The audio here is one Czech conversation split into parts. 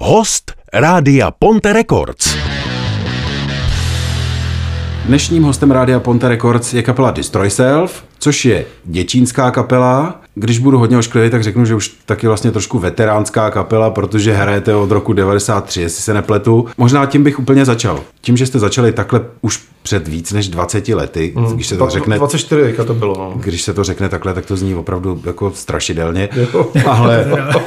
Host Rádia Ponte Records. Dnešním hostem Rádia Ponte Records je kapela Destroy Self, což je děčínská kapela. Když budu hodně ošklivý, tak řeknu, že už taky vlastně trošku veteránská kapela, protože hrajete od roku 93, jestli se nepletu. Možná tím bych úplně začal. Tím, že jste začali takhle už před víc než 20 lety, když se to řekne... 24 to bylo, no. Když se to řekne takhle, tak to zní opravdu jako strašidelně. Ale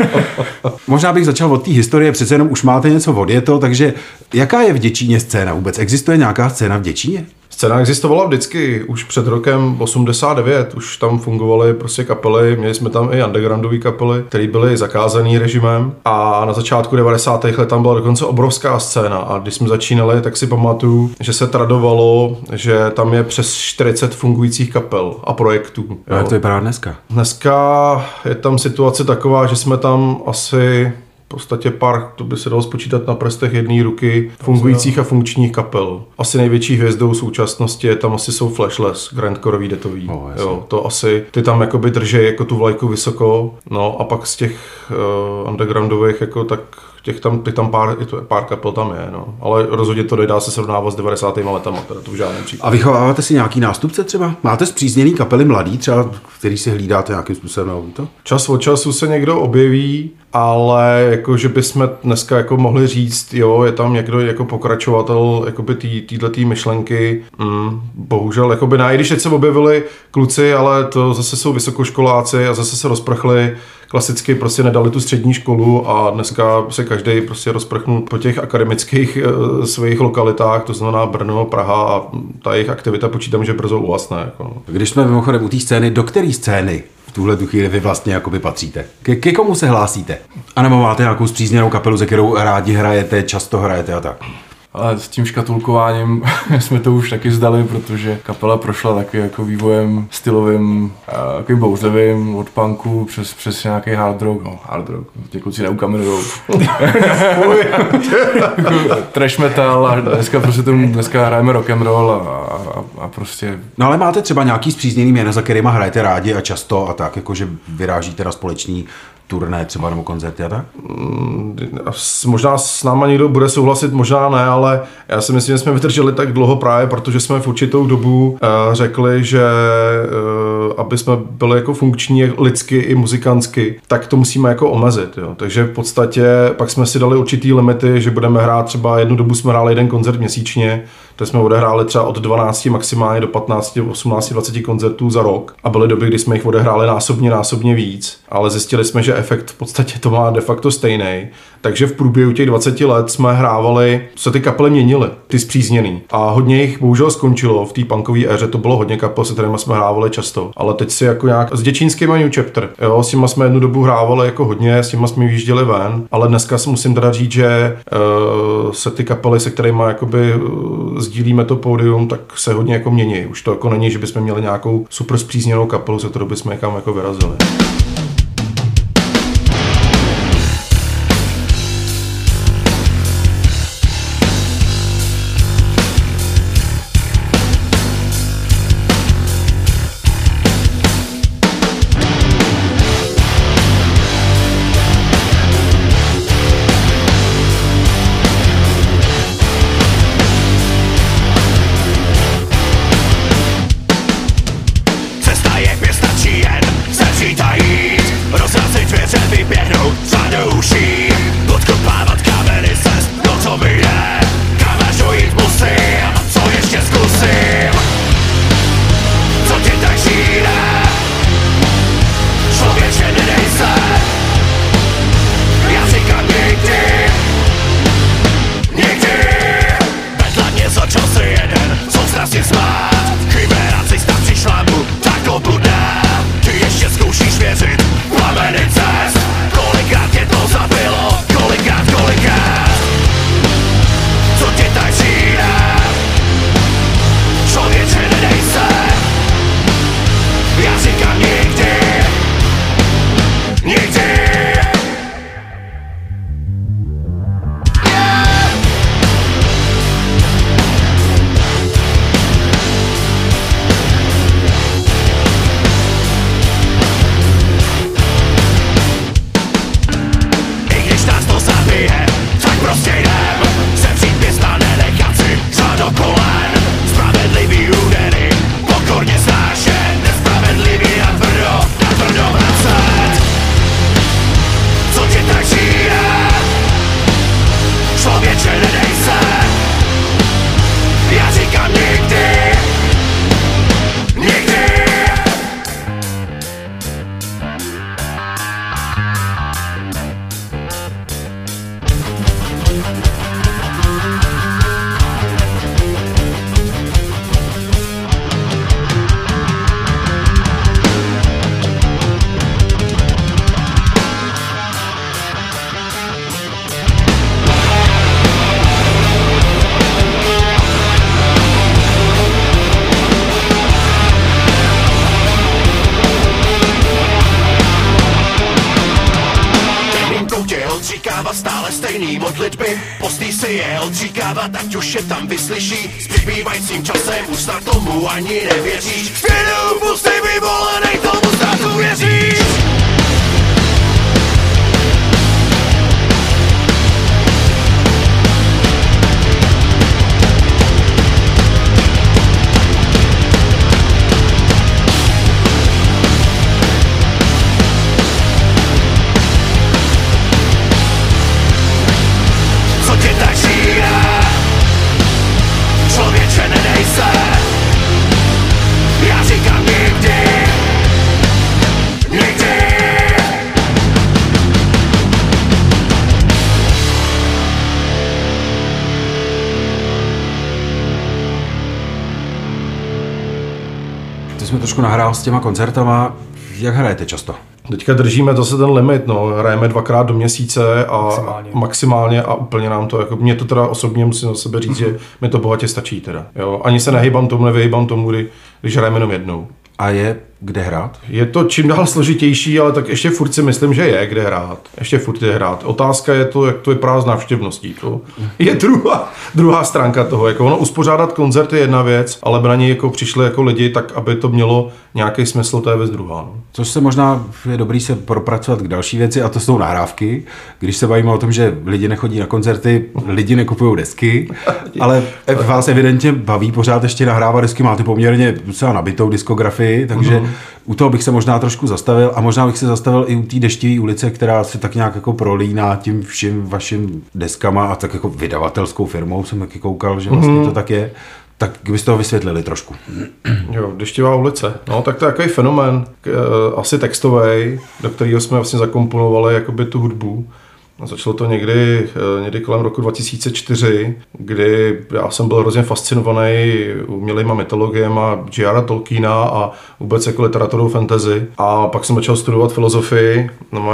možná bych začal od té historie, přece jenom už máte něco odjeto, takže jaká je v Děčíně scéna vůbec? Existuje nějaká scéna v Děčíně? Scéna existovala vždycky, už před rokem 89, už tam fungovaly prostě kapely, měli jsme tam i undergroundové kapely, které byly zakázané režimem a na začátku 90. let tam byla dokonce obrovská scéna a když jsme začínali, tak si pamatuju, že se tradovalo, že tam je přes 40 fungujících kapel a projektů. A jak to vypadá dneska? Dneska je tam situace taková, že jsme tam asi... V podstatě pár, to by se dalo spočítat na prstech jedné ruky, fungujících a funkčních kapel. Asi největší hvězdou současnosti je tam asi jsou Flashless, grindcoreový, detový. Jo, to asi, ty tam jakoby drží jako tu vlajku vysoko, no a pak z těch undergroundových jako tak těch tam pár kapel tam je, no. Ale rozhodně to nedá se srovnávat s 90. letama, teda to v žádném případě. A vychováváte si nějaký nástupce třeba? Máte spřízněný kapely mladý třeba, který si hlídáte nějakým způsobem na to? Čas od času se někdo objeví, ale jako, že bychom dneska jako mohli říct, jo, je tam někdo jako pokračovatel jakoby týhletý myšlenky, bohužel, jakoby ne, i když teď se objevili kluci, ale to zase jsou vysokoškoláci a zase se rozprchli, klasicky prostě nedali tu střední školu a dneska se každý prostě rozprchnul po těch akademických svých lokalitách, to znamená Brno, Praha a ta jejich aktivita počítám, že brzo uhasne. Jako no. Když jsme mimochodem u té scény, do které scény v tuhle tu chvíli vy vlastně jakoby patříte? Ke komu se hlásíte? A nebo máte nějakou spřízněnou kapelu, ze kterou rádi hrajete, často hrajete a tak? Ale s tím škatulkováním jsme to už taky zdali, protože kapela prošla taky jako vývojem stylovým, takovým bouřlivým, od punku přes nějaký hard rock, ty kluci neukamenujou. Trash metal a dneska hrajeme rock and roll a prostě... No ale máte třeba nějaký spřízněný jména, za kterýma hrajete rádi a často a tak, jakože vyrážíte na společní turné třeba nebo koncerty a tak? Možná s náma někdo bude souhlasit, možná ne, ale já si myslím, že jsme vydrželi tak dlouho právě, protože jsme v určitou dobu řekli, že aby jsme byli jako funkční lidsky i muzikantsky, tak to musíme jako omezit. Jo. Takže v podstatě pak jsme si dali určitý limity, že budeme hrát třeba jednu dobu jsme hráli jeden koncert měsíčně, to jsme odehráli třeba od 12 maximálně do 15, 18, 20 koncertů za rok a byly doby, kdy jsme jich odehráli násobně víc, ale zjistili jsme, že efekt v podstatě to má de facto stejný. Takže v průběhu těch 20 let jsme hrávali, se ty kapely měnily, ty spřízněný. A hodně jich bohužel skončilo v té punkové éře, to bylo hodně kapel, se kterými jsme hrávali často. Ale teď si jako nějak s děčínskýma New Chapter, jo, s těma jsme jednu dobu hrávali jako hodně, s těma jsme vyjížděli ven, ale dneska si musím teda říct, že se ty kapely, se kterými jakoby sdílíme to pódium, tak se hodně jako mění. Už to jako není, že bychom měli nějakou super spřízněnou kapelu, se kterou bychom někam jako vyrazili. Cesta je pěstačí jen se přitají. modlitby, postý si je odříkávat, ať už je tam vyslyší. S přibývajícím časem už snad tomu ani nevěříš. Chvíli pusty vyvolenej, tomu ztrátu věříš. Jsme trošku nahrál s těma koncertama. Jak hrajete často? Teďka držíme zase ten limit, no. Hrajeme 2krát do měsíce a maximálně a úplně nám to, jako mě to teda osobně musím za sebe říct, že mi to bohatě stačí teda. Jo. Ani se nehejbám tomu, nevyhejbám tomu, když hrajeme jenom jednou. A je kde hrát? Je to čím dál složitější, ale tak ještě furt si myslím, že je kde hrát. Ještě furt je hrát. Otázka je to, jak to vypadá s návštěvností. To je druhá stránka toho. Jako ono uspořádat koncert je jedna věc, ale by na něj jako přišli jako lidi, tak aby to mělo nějaký smysl, to je věc druhá. No. Což se možná je dobrý se propracovat k další věci, a to jsou nahrávky. Když se bavíme o tom, že lidi nechodí na koncerty, lidi nekupují desky, ale vás evidentně baví pořád ještě nahrávat desky, máte poměrně docela nabitou diskografii, takže u toho bych se možná trošku zastavil a možná bych se zastavil i u té Deštivé ulice, která se tak nějak jako prolíná tím vším vašim deskama a tak jako vydavatelskou firmou jsem taky koukal, že vlastně to tak je. Tak byste toho vysvětlili trošku. Jo, Deštivá ulice. No, tak to je takový fenomén, asi textový, do kterého jsme vlastně zakomponovali jakoby tu hudbu. Začalo to někdy kolem roku 2004, kdy já jsem byl hrozně fascinovaný umělýma mytologiema J.R. Tolkiena a vůbec jako literaturou fantasy. A pak jsem začal studovat filozofii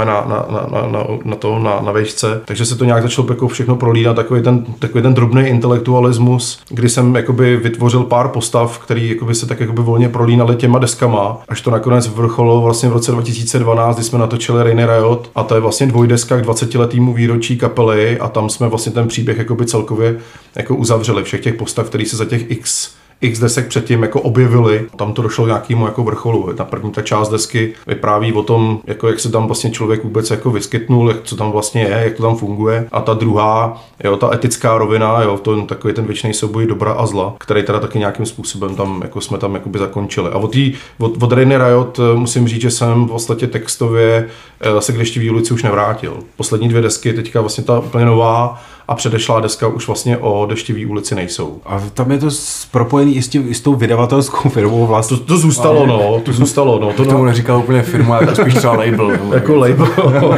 na vejšce, takže se to nějak začalo jako všechno prolínat, takový ten drobný intelektualismus, kdy jsem jakoby vytvořil pár postav, který jakoby se tak jakoby volně prolínaly těma deskama, až to nakonec vrcholilo vlastně v roce 2012, kdy jsme natočili Rainy Riot, a to je vlastně dvojdeska k 20letýmu výročí kapely a tam jsme vlastně ten příběh jakoby celkově jako uzavřeli všech těch postav, který se za těch x desek předtím jako objevili. Tam to došlo k nějakému jako vrcholu. Ta první ta část desky vypráví o tom, jako jak se tam vlastně člověk vůbec jako vyskytnul, co tam vlastně je, jak to tam funguje. A ta druhá, jo, ta etická rovina, jo, to je takový ten věčný souboj dobra a zla, který teda taky nějakým způsobem tam jako jsme tam jakoby zakončili. A od Rainy Riot musím říct, že jsem v podstatě textově se k Deštivý ulici už nevrátil. Poslední 2 desky, teďka vlastně ta úplně nová a předešlá deska už vlastně o Deštivý ulici nejsou. A tam je to propojený i s tou vydavatelskou firmou vlastně. To zůstalo, no. To zůstalo, no. To tomu neříkal úplně firma, ale spíš třeba label. Jako label.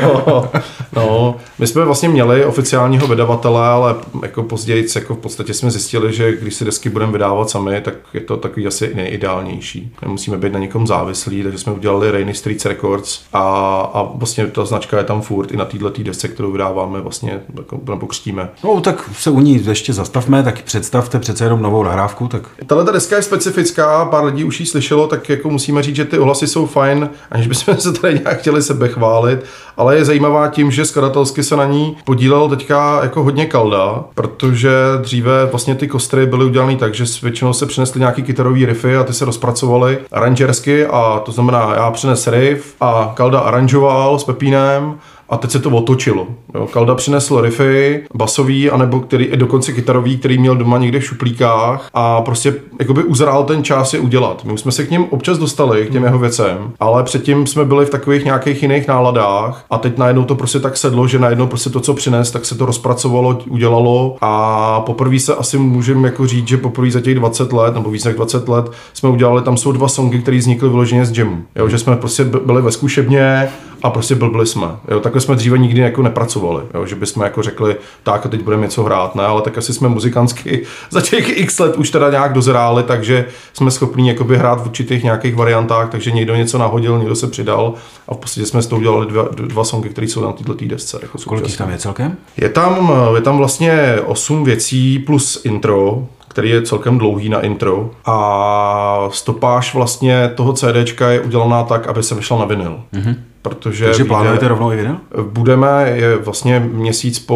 No. My jsme vlastně měli oficiálního vydavatele, ale jako později jako v podstatě jsme zjistili, že když si desky budeme vydávat sami, tak je to takový asi nejideálnější. Nemusíme být na někom závislí, takže jsme udělali Rainy Streets Records a vlastně ta značka je tam furt i na této desce, kterou vydáváme, vlastně jako pokřtíme. No, tak se u ní ještě zastavme, tak představte přece jenom novou nahrávku. Tak... Tato deska je specifická, pár lidí už ji slyšelo, tak jako musíme říct, že ty ohlasy jsou fajn, aniž bychom se tady nějak chtěli sebe chválit, ale je zajímavá tím, že skladatelsky se na ní podílel teďka jako hodně Kalda, protože dříve vlastně ty kostry byly udělané tak, že většinou se přinesly nějaký kytarový riffy a ty se rozpracovaly aranžersky, a to znamená, já přines riff a Kalda aranžoval s Pepínem. A teď se to otočilo. Jo. Kalda přinesl riffy, basový, anebo dokonce kytarový, který měl doma někde v šuplíkách, a prostě jakoby uzrál ten čas je udělat. My už jsme se k něm občas dostali, k těm jeho věcem, ale předtím jsme byli v takových nějakých jiných náladách a teď najednou to prostě tak sedlo, že najednou prostě to, co přines, tak se to rozpracovalo, udělalo, a poprvé se asi můžeme jako říct, že poprvé za těch 20 let, nebo víc než 20 let, jsme udělali, tam jsou 2 songy, které vznikly vyloženě z jamu. Jo, že jsme prostě byli ve zkušebně a prostě blbli jsme. Jo, takhle jsme dříve nikdy jako nepracovali, jo, že bychom jako řekli, tak a teď budeme něco hrát, ne, ale tak asi jsme muzikantsky za těch x let už teda nějak dozráli, takže jsme schopní jakoby hrát v určitých nějakých variantách, takže někdo něco nahodil, někdo se přidal a v podstatě jsme s tou udělali 2 songy, které jsou na této desce. Jako kolik tam je celkem? Je tam vlastně 8 věcí plus intro, který je celkem dlouhý na intro, a stopáž vlastně toho CDčka je udělaná tak, aby se vyšla na vinyl. Takže plánujete rovnou i vinyl? Budeme, je vlastně měsíc po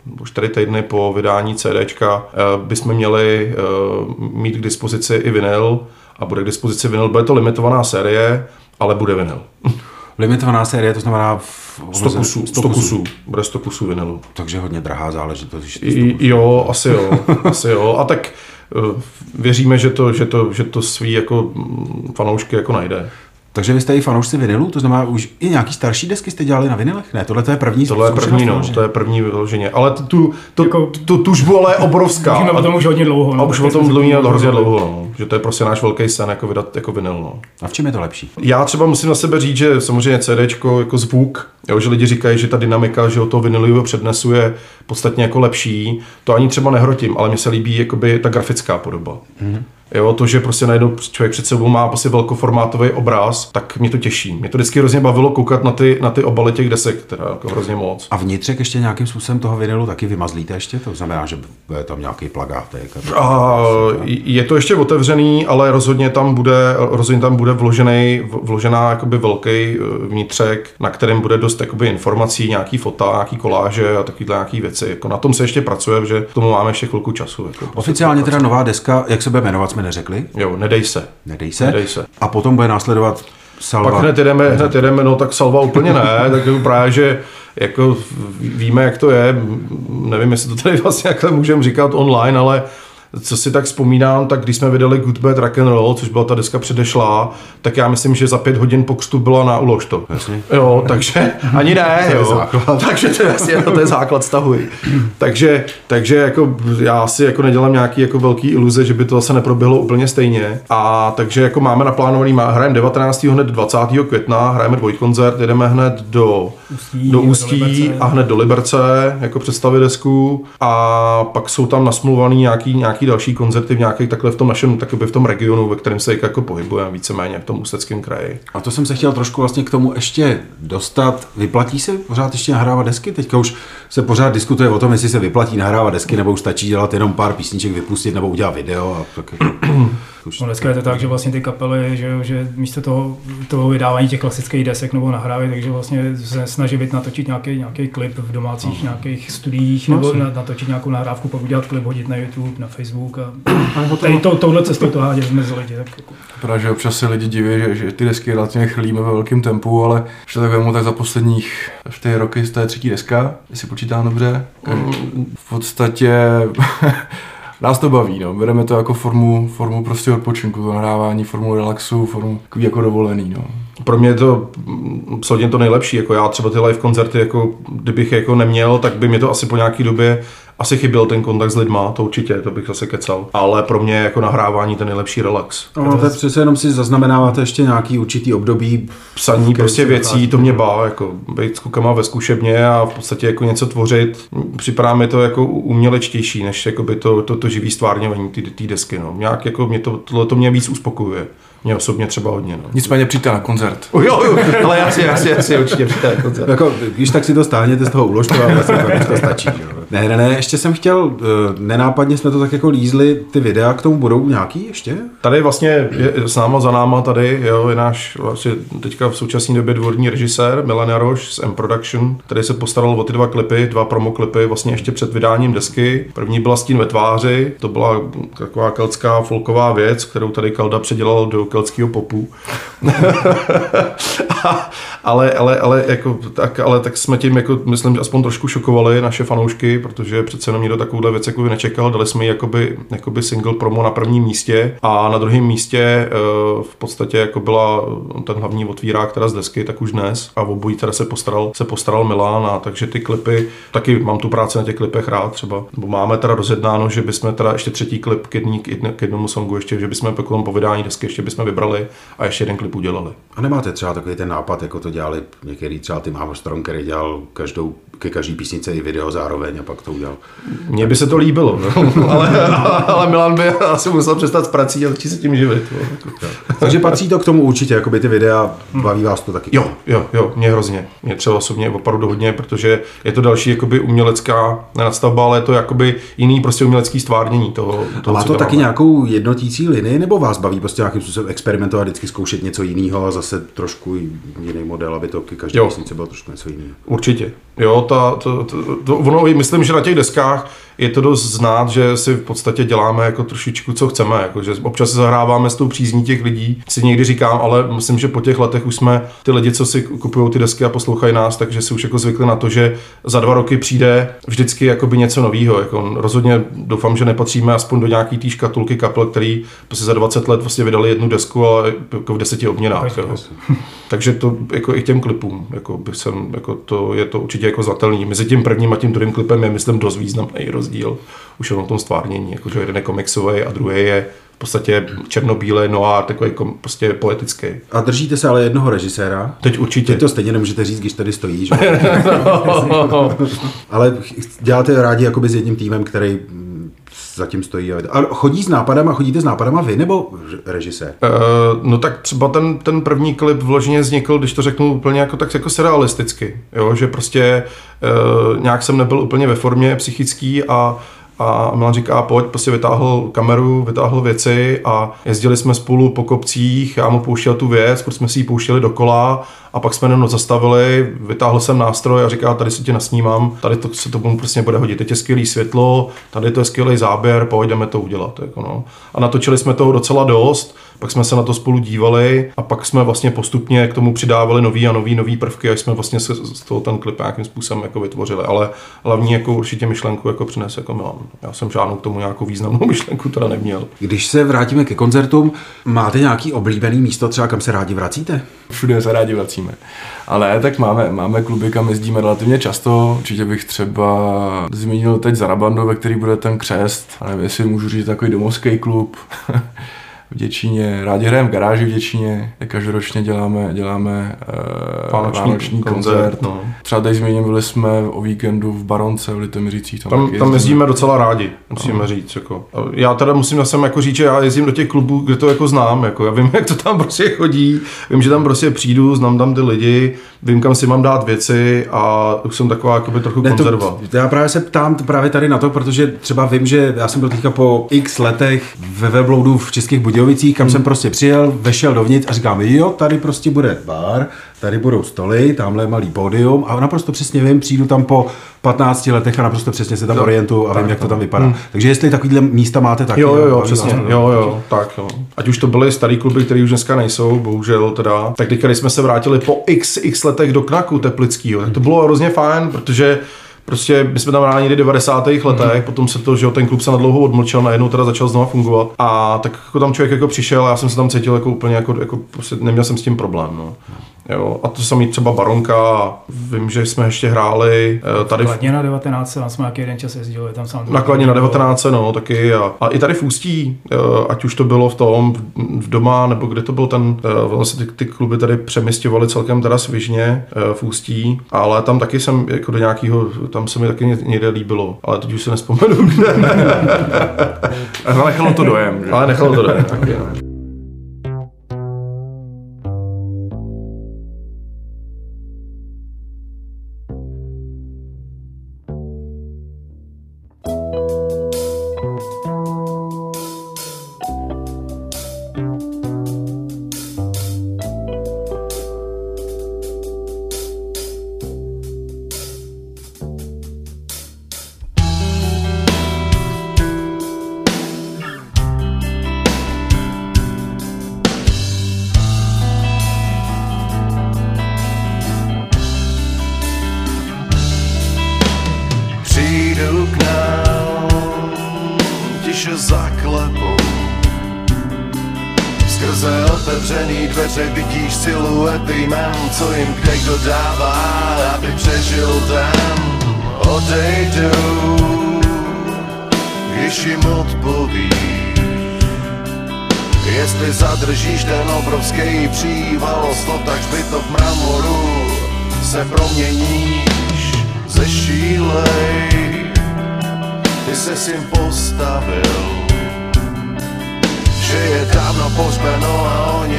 4 týdny po vydání CDčka bychom měli mít k dispozici i vinyl a bude k dispozici vinyl. Bude to limitovaná série, ale bude vinyl. Limitovaná série, to znamená 100 kusů. Bude 100 kusů vinylu. Takže hodně drahá záležitost. Jo, asi jo. A tak věříme, že to svý jako fanoušky jako najde. Takže vy jste i fanoušci vinylu, to znamená už i nějaký starší desky jste dělali na vinylech? Ne, tohle to je první. Tohle je první, no, to je první vyloženě. Ale tu tužbu ale je obrovská. Víme o tom už hodně dlouho. A už o tom mluvíme hrozně dlouho, no. Že to je prostě náš velký sen jako vydat jako vinyl. No. A v čem je to lepší? Já třeba musím na sebe říct, že samozřejmě CDčko jako zvuk, jo, že lidi říkají, že ta dynamika, že o toho vinylového přednesu je podstatně jako lepší. To ani třeba nehrotím, ale mně se líbí jakoby ta grafická podoba. Jo, to, že prostě najednou člověk před sebou má prostě velkoformátový obraz, tak mě to těší. Mě to vždycky hrozně bavilo koukat na ty obaly těch desek, teda jako hrozně moc. A vnitřek ještě nějakým způsobem toho vinylu taky vymazlíte ještě? To znamená, že je tam nějaký plagát? Je to ještě otevřený, ale rozhodně tam bude vložená jakoby velký vnitřek, na kterém bude dost jakoby informací, nějaký fota, nějaký koláže a takovýhle nějaký věci. Jako na tom se ještě pracuje, protože k tomu máme ještě chvilku času. Jako oficiálně teda nová deska, jak se bude jmenovat, jsme neřekli? Jo, Nedej se. A potom bude následovat Salva. Pak hned jedeme, no tak Salva úplně ne, tak jako právě, že jako víme, jak to je, nevím, jestli to tady vlastně jakhle můžeme říkat online, ale co si tak vzpomínám, tak když jsme vydali Good Bad Rock and Roll, což byla ta deska předešlá, tak já myslím, že za 5 hodin po křtu byla na Ulož to. Jasně. Jo, takže ani ne, jo. Takže to je vlastně to je základ, stahuj. Takže jako já si jako nedělám nějaký jako velký iluze, že by to zase neproběhlo úplně stejně. A takže jako máme naplánovaný, hrajeme 19. hned 20. května, hrajeme dvojkoncert, jedeme hned do Ústí a hned do Liberce, jako představit desku a pak jsou tam nasmluvaný nějaký další koncerty v nějakých takhle v tom našem, takoby v tom regionu, ve kterém se jako pohybujeme víceméně v tom Ústeckém kraji. A to jsem se chtěl trošku vlastně k tomu ještě dostat. Vyplatí se pořád ještě nahrávat desky? Teďka už se pořád diskutuje o tom, jestli se vyplatí nahrávat desky, nebo už stačí dělat jenom pár písniček, vypustit nebo udělat video. A tak no dneska je to tak, že vlastně ty kapely, že místo toho vydávání těch klasických desek nebo nahrávají, takže vlastně se snaží natočit nějaký klip v domácích nějakých studiích, nebo natočit nějakou nahrávku, pak udělat klip, hodit na YouTube, na Facebook a touhle cestou to hádě mezi lidi. Tak jako. Protože občas se lidi diví, že ty desky relativně chrlíme ve velkém tempu, ale když to tak vemu, tak za posledních 4 roky to je 3. deska, jestli počítám dobře. V podstatě nás to baví, no. Bereme to jako formu prostě odpočinku, to nahrávání, formu relaxu, formu jako dovolený, no. Pro mě je to absolutně to nejlepší, jako já třeba ty live koncerty, jako kdybych je jako neměl, tak by mě to asi po nějaký době asi chyběl ten kontakt s lidma, to určitě, to bych zase kecal. Ale pro mě jako nahrávání ten nejlepší relax. No, to je přece jenom si zaznamenáváte ještě nějaký určitý období psaní prostě věcí, to mě bá, jako být s klukama ve zkušebně a v podstatě jako něco tvořit. Připadá mi to jako umělečtější, než jako by to živý stvárňování té desky, no. Nějak jako mě tohle mě víc uspokojuje. Mě osobně třeba hodně. No. Nicméně přijďte na koncert. Jo, ale jasně, určitě přijďte na koncert. Jako, když tak si to stáhněte z toho Uložtu, ale vlastně to stačí. Ne, ještě jsem chtěl, nenápadně jsme to tak jako lízli, ty videa k tomu budou nějaký ještě? Tady vlastně je s náma, za náma tady, jo, je náš vlastně teďka v současné době dvorní režisér Milan Jaroš z M-Production, který se postaral o ty 2 klipy, 2 promoklipy vlastně ještě před vydáním desky. První byla Stín ve tváři, to byla taková keltská folková věc, kterou tady Kalda předělal do keltského popu. ale tak jsme tím jako, myslím, aspoň trošku šokovali naše fanoušky, protože přece jenom někdo takovouhle věc jako nečekal. Dali jsme ji jakoby single promo na prvním místě a na druhém místě v podstatě jako byla ten hlavní otvírák teda z desky, tak už dnes a v obojí teda se postaral Milan, a takže ty klipy, taky mám tu práci na těch klipech rád třeba. Bo máme teda rozjednáno, že bychom teda ještě 3. klip k jednomu songu ještě, že bychom po vydání desky ještě bychom vybrali a ještě 1 klip udělali. A nemáte třeba takový ten nápad, jako to dělali některý třeba Tim Armstrong, který dělal ke každý písnice i video zároveň a pak to udělal. Mně by se to líbilo, no. ale Milan by asi musel přestat s prací a začít se tím živit. Takže patří to k tomu určitě, jako by ty videa, baví vás to taky? Jo, mě hrozně. Mě třeba osobně opravdu hodně, protože je to další jakoby umělecká nadstavba, ale je to jakoby jiný prostě umělecký stvárnění toho. A má to taky nějakou jednotící linii, nebo vás baví prostě nějakým způsobem experimentovat, vždycky zkoušet něco jiného a zase trošku jiný model, aby to ke každé písnice bylo trošku něco jiného? Určitě. Jo, ono, my myslím, že na těch deskách je to dost znát, že si v podstatě děláme jako trošičku, co chceme, jako, že občas se zahráváme s tou přízní těch lidí, si někdy říkám, ale myslím, že po těch letech už jsme ty lidi, co si kupují ty desky a poslouchají nás, takže si už jako zvykli na to, že za 2 roky přijde vždycky jakoby něco novýho. Jako rozhodně doufám, že nepatříme aspoň do nějaký té škatulky kapel, který prostě za 20 let vlastně vydali 1 desku, ale jako v 10 obměnách. Takže to jako i těm klipům, jako je to určitě jako znatelný. Mezi tím prvním a tím druhým klipem je, myslím, dost významný rozdíl. Už je o tom stvárnění, jakože jeden je komiksový a druhý je v podstatě černobílý noir, takový prostě poetický. A držíte se ale jednoho režiséra? Teď určitě. Teď to stejně nemůžete říct, když tady stojí, že? Ale děláte rádi jakoby s jedním týmem, který zatím stojí. A chodíte s nápadama vy nebo režisér? No tak třeba ten první klip vloženě vznikl, když to řeknu úplně jako surrealisticky, jo? Že prostě nějak jsem nebyl úplně ve formě psychický a Milan říká, pojď, prostě vytáhl kameru, vytáhl věci a jezdili jsme spolu po kopcích, já mu pouštěl tu věc, protože jsme si ji pouštěli dokola a pak jsme jenom zastavili, vytáhl jsem nástroj a říká, tady si tě nasnímám, tady to se tomu prostě bude hodit, teď je skvělý světlo, tady to je skvělý záběr, pojď, jdeme to udělat. Jako no. A natočili jsme toho docela dost, pak jsme se na to spolu dívali a pak jsme vlastně postupně k tomu přidávali nový prvky, až jsme vlastně se z toho ten klip nějakým způsobem jako vytvořili, ale hlavní jako určitě myšlenku jako přines jako Milan. Já jsem žádnou k tomu nějakou významnou myšlenku teda neměl. Když se vrátíme ke koncertům, máte nějaký oblíbený místo třeba, kam se rádi vracíte? Všude se rádi vracíme. Ale tak máme kluby, kam jezdíme relativně často. Určitě bych třeba zmínil teď Zarabando, ve který bude ten Křest. A nevím, jestli můžu říct takový domovský klub. V Děčíně, rádi hrajeme v garáži v Děčíně, každoročně děláme vánoční koncert. No. Třeba teď zmíním, byli jsme o víkendu v Baronce v Litoměřicích. Tam jezdíme docela rádi, musíme říct. Jako. Já teda musím zase jako říct, že já jezdím do těch klubů, kde to jako znám. Jako. Já vím, jak to tam prostě chodí, vím, že tam prostě přijdu, znám tam ty lidi, vím, kam si mám dát věci a už jsem taková jakoby trochu konzerva. Já právě se ptám právě tady na to, protože třeba vím, že já jsem byl teďka po x letech ve Webloadu v Českých Budějovicích, kam jsem prostě přijel, vešel dovnitř a říkám, jo, tady prostě bude bar, tady budou stoly, tamhle je malý pódium a naprosto přesně vím, přijdu tam po 15 letech a naprosto přesně se tam orientuju a vím, jak to tam vypadá. Takže jestli takovýhle místa máte taky. Jo, přesně. Jo, tak jo. Ať už to byly starý kluby, které už dneska nejsou, bohužel teda. Tak když jsme se vrátili po x letech do Knaku Teplickýho, tak to bylo hrozně fajn, protože prostě my jsme tam hráli někdy v 90. letech, potom se to, že ten klub se na dlouho odmlčel, najednou teda začal znova fungovat a tak jako tam člověk jako přišel a já jsem se tam cítil jako úplně jako prostě neměl jsem s tím problém, no. Jo, a to samý třeba Baronka, vím, že jsme ještě hráli tady... Kladně na 19, tam jsme nějaký jeden čas jezdili, tam sám... Na Kladně na 19, no, taky a i tady v Ústí, ať už to bylo v Doma, nebo kde to byl ten, vlastně ty kluby tady přemisťovali celkem teda svižně v Ústí, ale tam taky jsem jako do nějakého, tam se mi taky někde líbilo, ale teď už se nespomenu, kde. Ale nechalo to dojem, že? Ale nechalo to dojem, taky, no. Otevřený dveře, vidíš siluety jmen, co jim kde kdo dává, aby přežil den. Odejdou, když jim odpovíš, jestli zadržíš ten obrovský příval, tak zbytok mramoru se proměníš, zešílej, ty se jim postavil, že je dávno pohřbeno a oni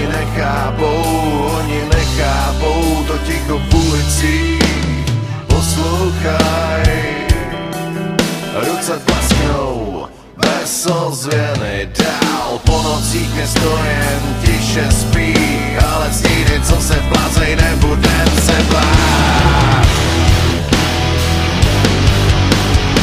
nechápou to ticho v ulicích. Poslouchaj, ruce plasknou bez ozvěny dál, po nocích město jen tiše spí, ale stíny, co se plazej, nebudem se bát.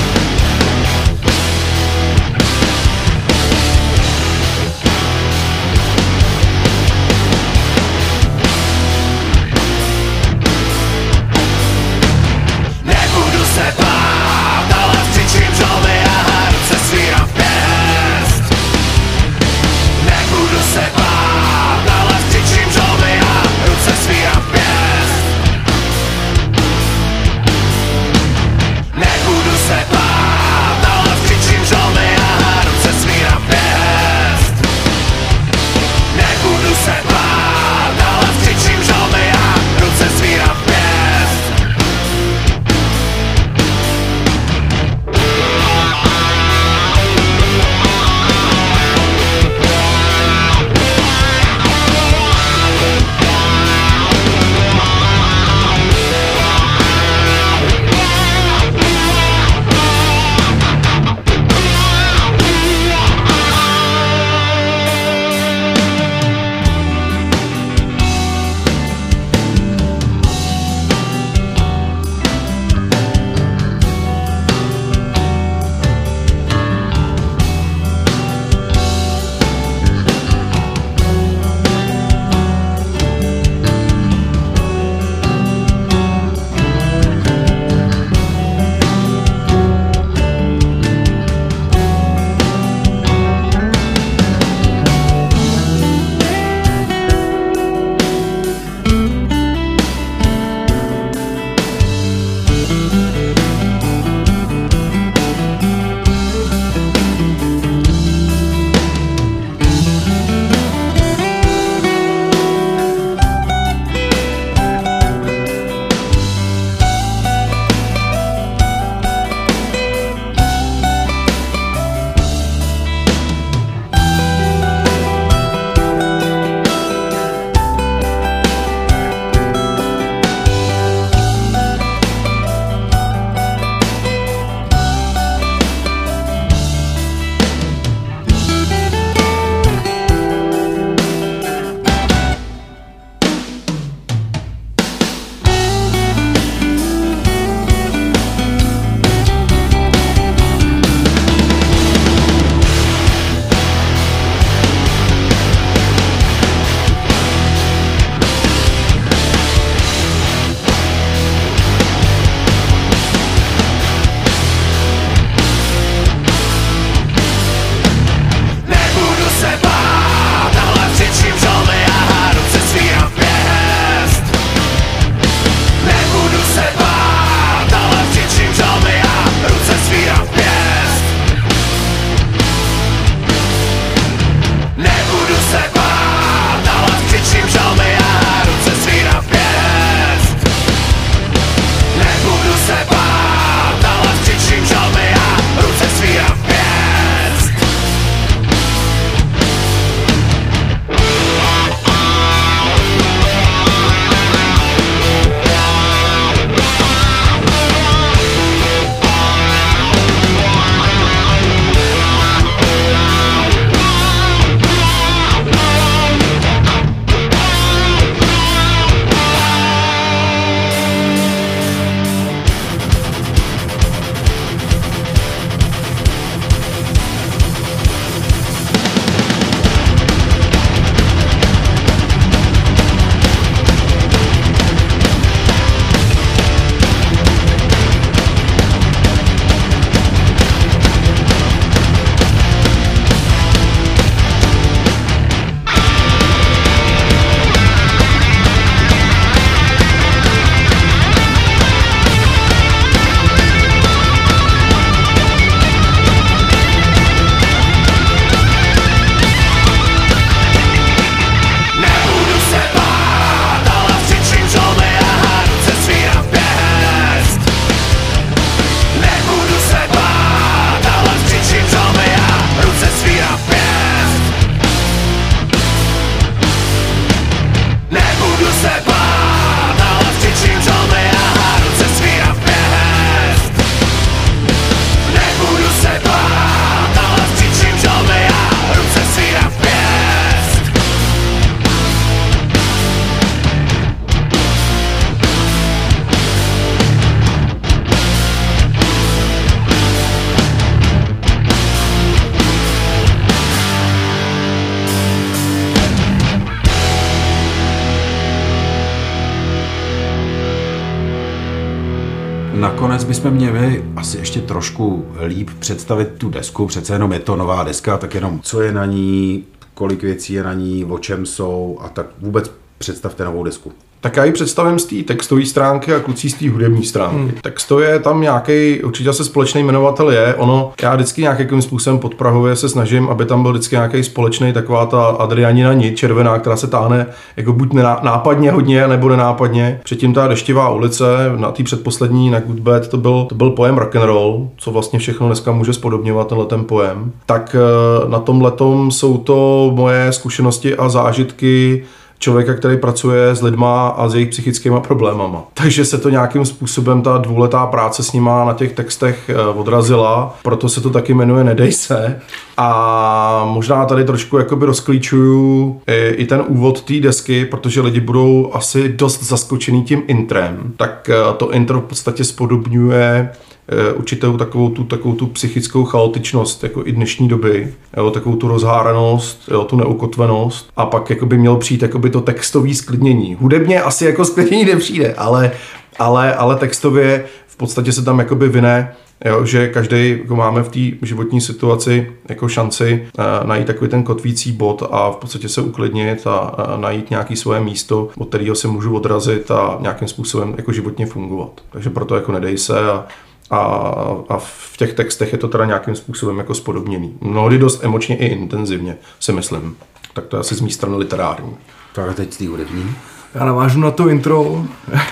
nakonec bychom měli asi ještě trošku líp představit tu desku, přece jenom je to nová deska, tak jenom co je na ní, kolik věcí je na ní, o čem jsou a tak vůbec představte novou desku. Tak já ji představím z té textové stránky a kluci z té hudební stránky. Textově tam nějaký, určitě asi společný jmenovatel je, já vždycky nějakým způsobem podprahově se snažím, aby tam byl vždycky nějaký společný, taková ta Adrianina nit červená, která se táhne jako buď nápadně hodně, nebo nenápadně. Předtím ta Deštivá ulice, na té předposlední, na Good Bad, to byl pojem rock and roll, co vlastně všechno dneska může spodobňovat tenhle ten pojem. Tak na tomhletom jsou to moje zkušenosti a zážitky člověka, který pracuje s lidma a s jejich psychickými problémama. Takže se to nějakým způsobem, ta dvouletá práce s nima na těch textech odrazila, proto se to taky jmenuje Nedej se. A možná tady trošku jakoby rozklíčuju i ten úvod té desky, protože lidi budou asi dost zaskočený tím intrem. Tak to intro v podstatě spodobňuje určitou takovou tu psychickou chaotičnost, jako i dnešní doby, jo, takovou tu rozháranost, jo, tu neukotvenost a pak jakoby mělo přijít jakoby to textové sklidnění. Hudebně asi jako sklidnění nepřijde, ale textově v podstatě se tam jakoby vyne, jo, že každý jako máme v té životní situaci jako šanci najít takový ten kotvící bod a v podstatě se uklidnit a najít nějaké svoje místo, od kterého se můžu odrazit a nějakým způsobem jako životně fungovat. Takže proto jako Nedej se a v těch textech je to teda nějakým způsobem jako spodobněný. Mnohdy dost emočně i intenzivně, si myslím. Tak to je asi z mé strany literární. Tak a teď z té hudební. Já navážu na to intro.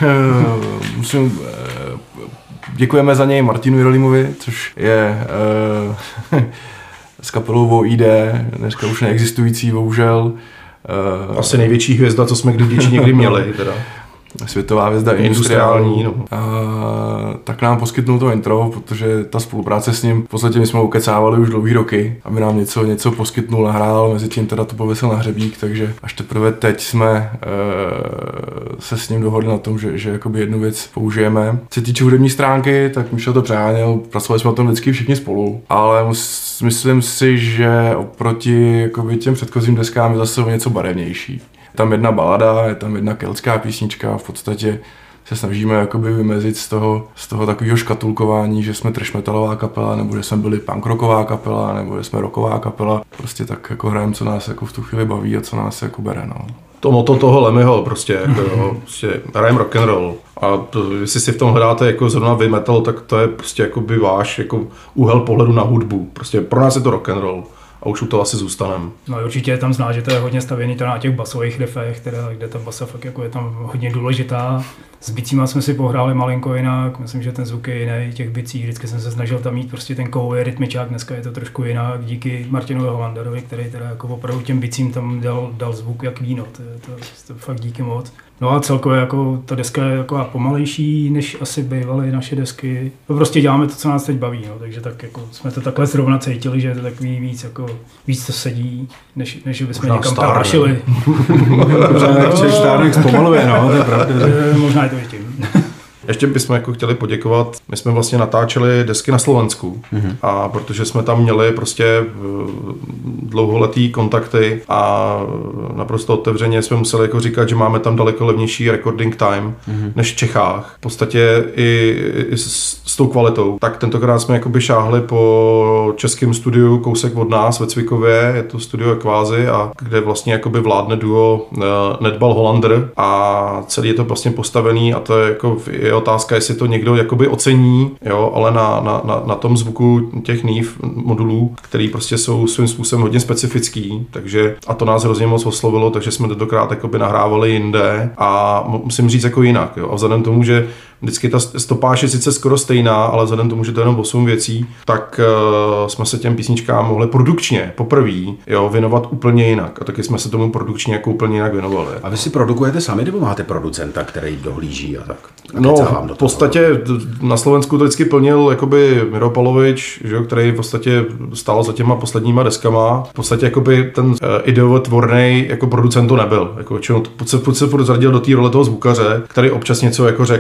Děkujeme za něj Martinu Jerolímovi, což je s kapelou OID, dneska už neexistující, bohužel. Asi největší hvězda, co jsme někdy měli. Teda. Světová hvězda industriální. No. Tak nám poskytnul to intro, protože ta spolupráce s ním, v podstatě my jsme ukecávali už dlouhý roky, aby nám něco poskytnul, nahrál, mezi tím teda to pověsil na hřebík, takže až teprve teď jsme se s ním dohodli na tom, že jakoby jednu věc použijeme. Co se týče hudební stránky, tak Michal to přeháněl, pracovali jsme o tom vždycky všichni spolu, ale myslím si, že oproti jakoby těm předchozím deskám je zase něco barevnější. Je tam jedna balada, je tam jedna keltská písnička, v podstatě se snažíme jakoby vymezit z toho takového škatulkování, že jsme trash metalová kapela, nebo že jsme byli punk rocková kapela, nebo že jsme rocková kapela. Prostě tak jako hrajeme, co nás jako v tu chvíli baví a co nás jako bere, no. To motto toho Lemmyho prostě, jako, prostě hrajeme rock and roll. A to, jestli si v tom hledáte jako zrovna vy metal, tak to je prostě jakoby váš jako úhel pohledu na hudbu. Prostě pro nás je to rock and roll. A už u toho asi zůstaneme. No určitě je tam znát, že to je hodně stavěný na těch basových riffech, kde ta basa fakt jako je tam hodně důležitá. S bicíma jsme si pohráli malinko jinak, myslím, že ten zvuk je jiný, těch bicí, vždycky jsem se snažil tam mít prostě ten kovový rytmičák, dneska je to trošku jinak, díky Martinovi Hollanderovi, který teda jako opravdu těm bicím tam dal zvuk jak víno, to fakt díky moc. No a celkově jako ta deska je jako pomalejší, než asi bývaly naše desky. To prostě děláme to, co nás teď baví, no, takže tak jako jsme to takhle zrovna cítili, že je to takový víc to sedí, než bychom někam prašili. Možná stárnek zpomaluje, no, to je pravda. Možná je to i tím. Ještě bychom jako chtěli poděkovat, my jsme vlastně natáčeli desky na Slovensku a protože jsme tam měli prostě dlouholetý kontakty a naprosto otevřeně jsme museli jako říkat, že máme tam daleko levnější recording time než v Čechách. V podstatě i s tou kvalitou. Tak tentokrát jsme jakoby šáhli po českém studiu kousek od nás ve Cvikově, je to studio Ekvázy a kde vlastně jakoby vládne duo Nedbal Hollander a celý je to vlastně postavený a to je jako otázka, jestli to někdo jakoby ocení, jo, ale na tom zvuku těch NIV modulů, který prostě jsou svým způsobem hodně specifický, takže a to nás hrozně moc oslovilo, takže jsme tentokrát jakoby nahrávali jinde a musím říct jako jinak, jo, a vzhledem tomu, že vždycky ta stopáž je sice skoro stejná, ale vzhledem tomu, že to je jenom 8 věcí, tak jsme se těm písničkám mohli produkčně poprvé věnovat úplně jinak. A taky jsme se tomu produkčně jako úplně jinak věnovali. A vy si produkujete sami, nebo máte producenta, který dohlíží a tak? No, v podstatě na Slovensku to vždycky plnil jakoby Miro Palovič, že, který v podstatě stál za těma posledníma deskama. V podstatě jakoby ten ideotvornej jako producent to nebyl. Jako, se furt zaradil do té role toho zvukaře, který občas něco jako řekl, jako tady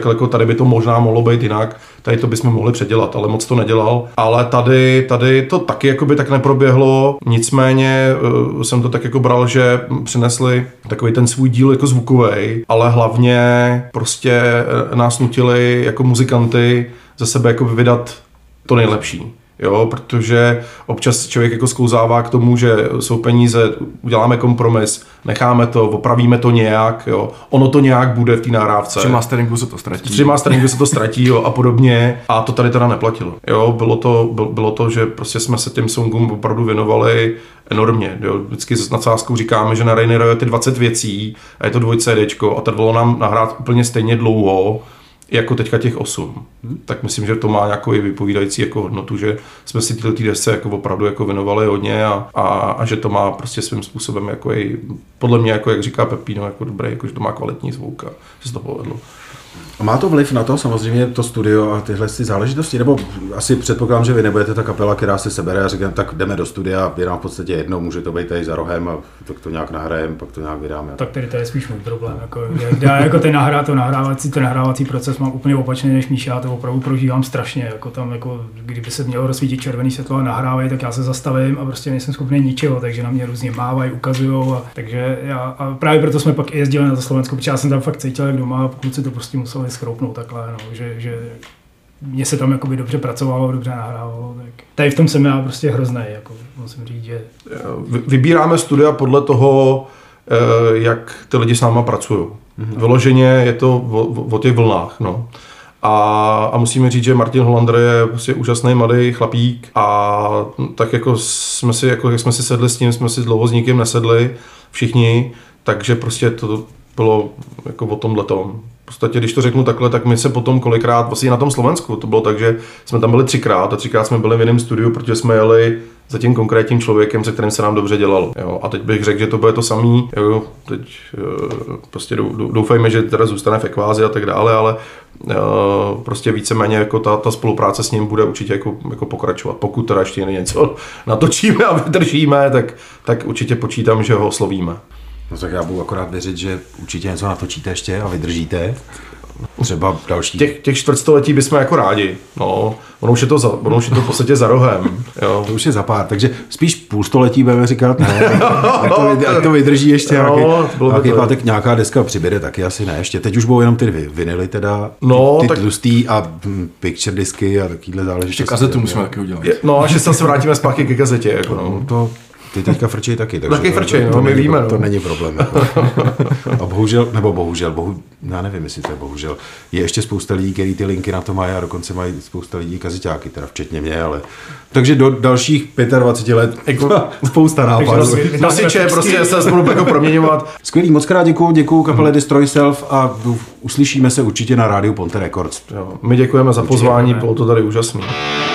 by to možná mohlo být jinak, tady to bychom mohli předělat, ale moc to nedělal. Ale tady to taky jakoby tak neproběhlo, nicméně jsem to tak jako bral, že přinesli takový ten svůj díl jako zvukovej, ale hlavně prostě nás nutili jako muzikanty za sebe jako vydat to nejlepší. Jo, protože občas člověk jako sklouzává k tomu, že jsou peníze, uděláme kompromis, necháme to, opravíme to nějak, jo. Ono to nějak bude v té nahrávce. Při masteringu se to ztratí. Při masteringu se to ztratí, jo, a podobně. A to tady teda neplatilo. Jo, bylo to, že prostě jsme se těm songům opravdu věnovali enormně. Jo. Vždycky s nadsázkou říkáme, že na Raineru je ty 20 věcí a je to 2 CDčko a trvalo nám nahrát úplně stejně dlouho, jako teďka těch 8. Tak myslím, že to má nějakou i vypovídající jako hodnotu, že jsme si tyhle desce jako opravdu jako věnovali hodně a že to má prostě svým způsobem jako i, podle mě, jako jak říká Pepino, jako dobré, jako že to má kvalitní zvuk a že se to povedlo. A má to vliv na to samozřejmě to studio a tyhle záležitosti? Nebo asi předpokládám, že vy nebudete ta kapela, která se sebere a říkám, tak jdeme do studia, je nám v podstatě jedno, může to být tady za rohem a tak to nějak nahrajeme, pak to nějak vydáme. Tak tady to je spíš můj problém. Já jako ten nahrávací proces mám úplně opačný než Míša, já to opravdu prožívám strašně. Jako tam, jako, kdyby se mělo rozsvítit červený světlo a nahrávají, tak já se zastavím a prostě nejsem schopný ničeho, takže na mě různě mávají, ukazujou. Takže a právě proto jsme pak jezdili na to Slovensko, protože já jsem tam fakt cítil, jak doma a kluci to prostě museli schroupnout takhle, no, že mně se tam jakoby dobře pracovalo, dobře nahrávalo, tak tady v tom jsem já prostě hroznej, jako musím říct, že... Vybíráme studia podle toho, jak ty lidi s náma pracují. Vyloženě je to o těch vlnách, no. A musíme říct, že Martin Hollander je prostě úžasný mladý chlapík a tak jak jsme si sedli s ním, jsme si dlouho s nikým nesedli, všichni, takže prostě to bylo jako o tomhletom. V podstatě, když to řeknu takhle, tak my se potom kolikrát, vlastně na tom Slovensku, to bylo tak, že jsme tam byli 3krát a 3krát jsme byli v jiném studiu, protože jsme jeli za tím konkrétním člověkem, se kterým se nám dobře dělalo. Jo. A teď bych řekl, že to bude to samý. Jo. Teď prostě doufejme, že teda zůstane v ekvázi a tak dále, ale prostě víceméně jako ta spolupráce s ním bude určitě jako pokračovat. Pokud teda ještě něco natočíme a vydržíme, tak určitě počítám, že ho oslovíme. No tak já budu akorát věřit, že určitě něco natočíte ještě a vydržíte. Třeba další. Těch čtvrtstoletí bychom jako rádi. No, ono už je to v podstatě za rohem. Jo. To už je za pár, takže spíš půlstoletí budeme říkat, ne? Jak to vydrží ještě nějaký pátek, nějaká deska přibyde, taky asi ne. Ještě teď už budou jenom ty vinily teda, ty tlustý a picture disky a takovýhle záležitosti. Ještě kazetu musíme taky udělat. No, až se vrátíme zpátky ke kazetě. Jako, no. To ty teďka frčej taky. Taky frčej, no, my víme. To není problém. A bohužel, já nevím, jestli to je bohužel. Je ještě spousta lidí, kteří ty linky na to mají a dokonce mají spousta lidí kazeťáky, teda včetně mě, ale... Takže do dalších 25 let spousta nápadů. Nosiče prostě se budou jako proměňovat. Skvělý, moc krát děkuju kapele Destroy Self a uslyšíme se určitě na rádiu Ponte Records. Jo, my děkujeme za pozvání, bylo to tady úžasné.